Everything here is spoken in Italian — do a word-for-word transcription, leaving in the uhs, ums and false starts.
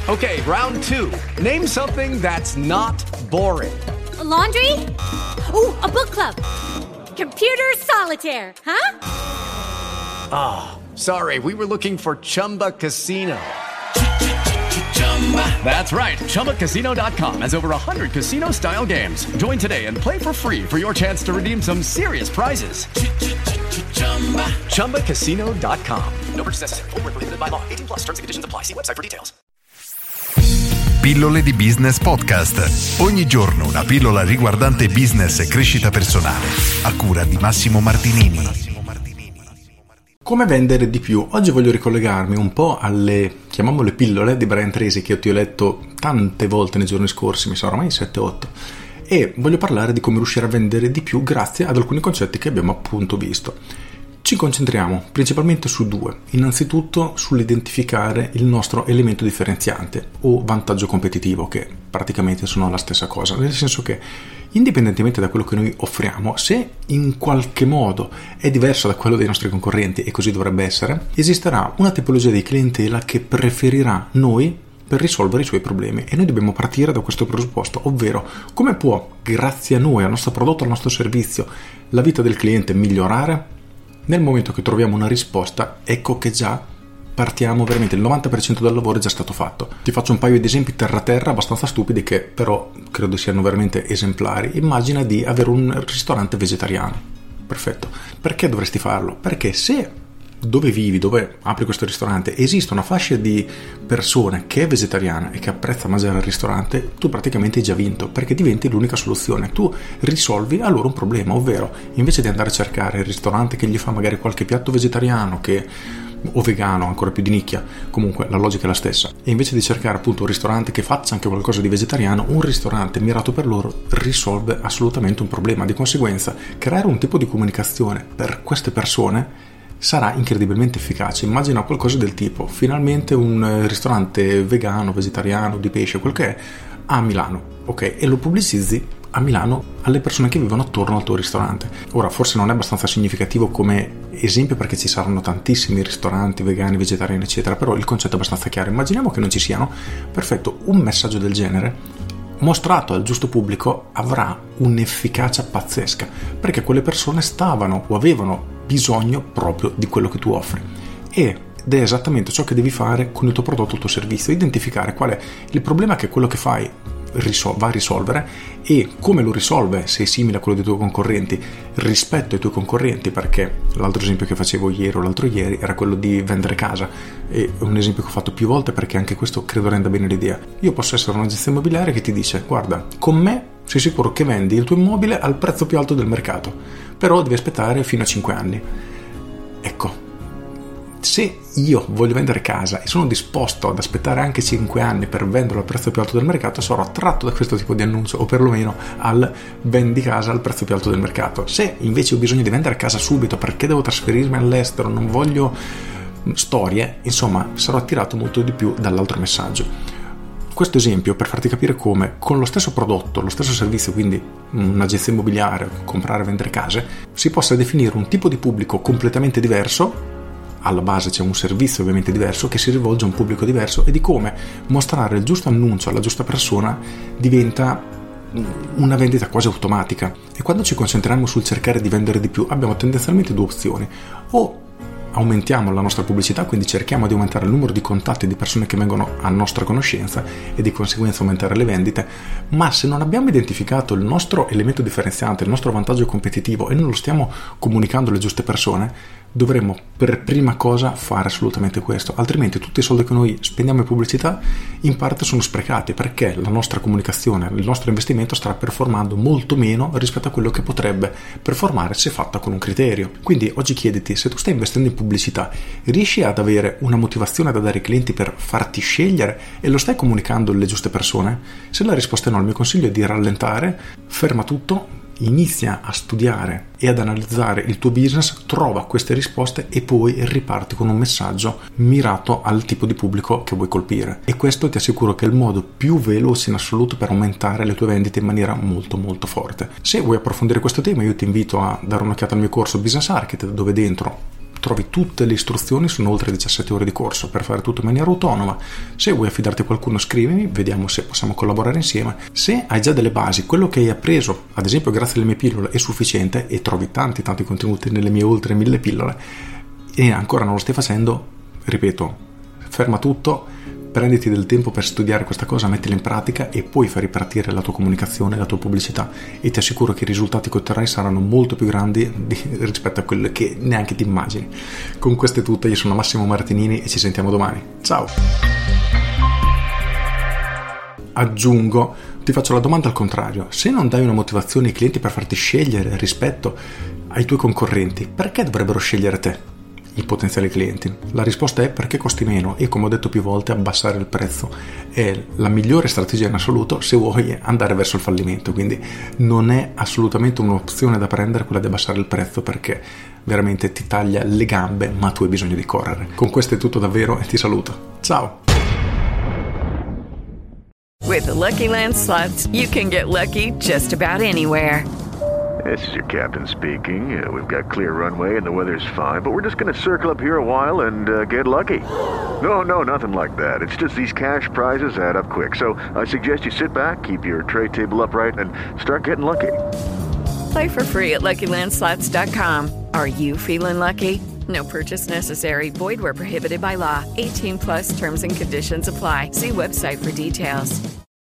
Okay, round two. Name something that's not boring. A laundry? Ooh, a book club. Computer solitaire, huh? Ah, oh, sorry, we were looking for Chumba Casino. That's right, Chumba Casino dot com has over one hundred casino-style games. Join today and play for free for your chance to redeem some serious prizes. Chumba Casino dot com. No purchase necessary. Void where prohibited by law. eighteen plus terms and conditions apply. See website for details. Pillole di Business Podcast. Ogni giorno una pillola riguardante business e crescita personale. A cura di Massimo Martinini. Come vendere di più? Oggi voglio ricollegarmi un po' alle, chiamiamole pillole, di Brian Tracy che ti ho letto tante volte nei giorni scorsi, mi sono ormai sette otto, e voglio parlare di come riuscire a vendere di più grazie ad alcuni concetti che abbiamo appunto visto. Ci concentriamo principalmente su due. Innanzitutto sull'identificare il nostro elemento differenziante o vantaggio competitivo, che praticamente sono la stessa cosa, nel senso che indipendentemente da quello che noi offriamo, se in qualche modo è diverso da quello dei nostri concorrenti, e così dovrebbe essere, esisterà una tipologia di clientela che preferirà noi per risolvere i suoi problemi, e noi dobbiamo partire da questo presupposto, ovvero come può, grazie a noi, al nostro prodotto, al nostro servizio, la vita del cliente migliorare. Nel momento che troviamo una risposta, ecco che già partiamo veramente, il novanta per cento del lavoro è già stato fatto. Ti faccio un paio di esempi terra terra abbastanza stupidi che però credo siano veramente esemplari. Immagina di avere un ristorante vegetariano. Perfetto. Perché dovresti farlo? Perché se dove vivi, dove apri questo ristorante, esiste una fascia di persone che è vegetariana e che apprezza mangiare al ristorante, tu praticamente hai già vinto, perché diventi l'unica soluzione. Tu risolvi a loro un problema, ovvero invece di andare a cercare il ristorante che gli fa magari qualche piatto vegetariano che, o vegano, ancora più di nicchia, comunque la logica è la stessa, e invece di cercare appunto un ristorante che faccia anche qualcosa di vegetariano, un ristorante mirato per loro risolve assolutamente un problema. Di conseguenza, creare un tipo di comunicazione per queste persone sarà incredibilmente efficace. Immagina qualcosa del tipo: finalmente un ristorante vegano, vegetariano, di pesce, quel che è, a Milano, ok? E lo pubblicizzi a Milano alle persone che vivono attorno al tuo ristorante. Ora, forse non è abbastanza significativo come esempio perché ci saranno tantissimi ristoranti vegani, vegetariani, eccetera, però il concetto è abbastanza chiaro. Immaginiamo che non ci siano. Perfetto, un messaggio del genere mostrato al giusto pubblico avrà un'efficacia pazzesca, perché quelle persone stavano o avevano bisogno proprio di quello che tu offri, ed è esattamente ciò che devi fare con il tuo prodotto o il tuo servizio: identificare qual è il problema che quello che fai risol- va a risolvere e come lo risolve, se è simile a quello dei tuoi concorrenti, rispetto ai tuoi concorrenti. Perché l'altro esempio che facevo ieri o l'altro ieri era quello di vendere casa, e è un esempio che ho fatto più volte perché anche questo credo renda bene l'idea. Io posso essere un'agenzia immobiliare che ti dice: guarda, con me sei sicuro che vendi il tuo immobile al prezzo più alto del mercato, però devi aspettare fino a cinque anni. Ecco, se io voglio vendere casa e sono disposto ad aspettare anche cinque anni per venderlo al prezzo più alto del mercato, sarò attratto da questo tipo di annuncio, o perlomeno al vendi casa al prezzo più alto del mercato. Se invece ho bisogno di vendere casa subito perché devo trasferirmi all'estero, non voglio storie, insomma, sarò attirato molto di più dall'altro messaggio. Questo esempio per farti capire come con lo stesso prodotto, lo stesso servizio, quindi un'agenzia immobiliare, comprare e vendere case, si possa definire un tipo di pubblico completamente diverso. Alla base c'è un servizio ovviamente diverso che si rivolge a un pubblico diverso, e di come mostrare il giusto annuncio alla giusta persona diventa una vendita quasi automatica. E quando ci concentriamo sul cercare di vendere di più, abbiamo tendenzialmente due opzioni: o aumentiamo la nostra pubblicità, quindi cerchiamo di aumentare il numero di contatti di persone che vengono a nostra conoscenza e di conseguenza aumentare le vendite, ma se non abbiamo identificato il nostro elemento differenziante, il nostro vantaggio competitivo, e non lo stiamo comunicando alle giuste persone, dovremmo per prima cosa fare assolutamente questo. Altrimenti tutti i soldi che noi spendiamo in pubblicità in parte sono sprecati, perché la nostra comunicazione, il nostro investimento starà performando molto meno rispetto a quello che potrebbe performare se fatta con un criterio. Quindi oggi chiediti: se tu stai investendo in pubblicità, riesci ad avere una motivazione da dare ai clienti per farti scegliere, e lo stai comunicando alle giuste persone? Se la risposta è no, il mio consiglio è di rallentare, ferma tutto, inizia a studiare e ad analizzare il tuo business, trova queste risposte e poi riparti con un messaggio mirato al tipo di pubblico che vuoi colpire. E questo ti assicuro che è il modo più veloce in assoluto per aumentare le tue vendite in maniera molto molto forte. Se vuoi approfondire questo tema, io ti invito a dare un'occhiata al mio corso Business Architect, dove dentro trovi tutte le istruzioni, sono oltre diciassette ore di corso per fare tutto in maniera autonoma. Se vuoi affidarti a qualcuno scrivimi, vediamo se possiamo collaborare insieme. Se hai già delle basi, quello che hai appreso, ad esempio grazie alle mie pillole, è sufficiente e trovi tanti tanti contenuti nelle mie oltre mille pillole e ancora non lo stai facendo, ripeto, ferma tutto, prenditi del tempo per studiare questa cosa, mettila in pratica e poi fai ripartire la tua comunicazione, la tua pubblicità e ti assicuro che i risultati che otterrai saranno molto più grandi di, rispetto a quello che neanche ti immagini. Con questo è tutto, io sono Massimo Martinini e ci sentiamo domani. Ciao! Aggiungo, ti faccio la domanda al contrario: se non dai una motivazione ai clienti per farti scegliere rispetto ai tuoi concorrenti, perché dovrebbero scegliere te? I potenziali clienti. La risposta è perché costi meno e, come ho detto più volte, abbassare il prezzo è la migliore strategia in assoluto se vuoi andare verso il fallimento, quindi non è assolutamente un'opzione da prendere quella di abbassare il prezzo, perché veramente ti taglia le gambe, ma tu hai bisogno di correre. Con questo è tutto davvero e ti saluto. Ciao! With the Lucky Land Slots, you can get lucky just about anywhere. This is your captain speaking. Uh, we've got clear runway and the weather's fine, but we're just going to circle up here a while and uh, get lucky. No, no, nothing like that. It's just these cash prizes add up quick. So I suggest you sit back, keep your tray table upright, and start getting lucky. Play for free at Lucky Land Slots dot com. Are you feeling lucky? No purchase necessary. Void where prohibited by law. eighteen plus terms and conditions apply. See website for details.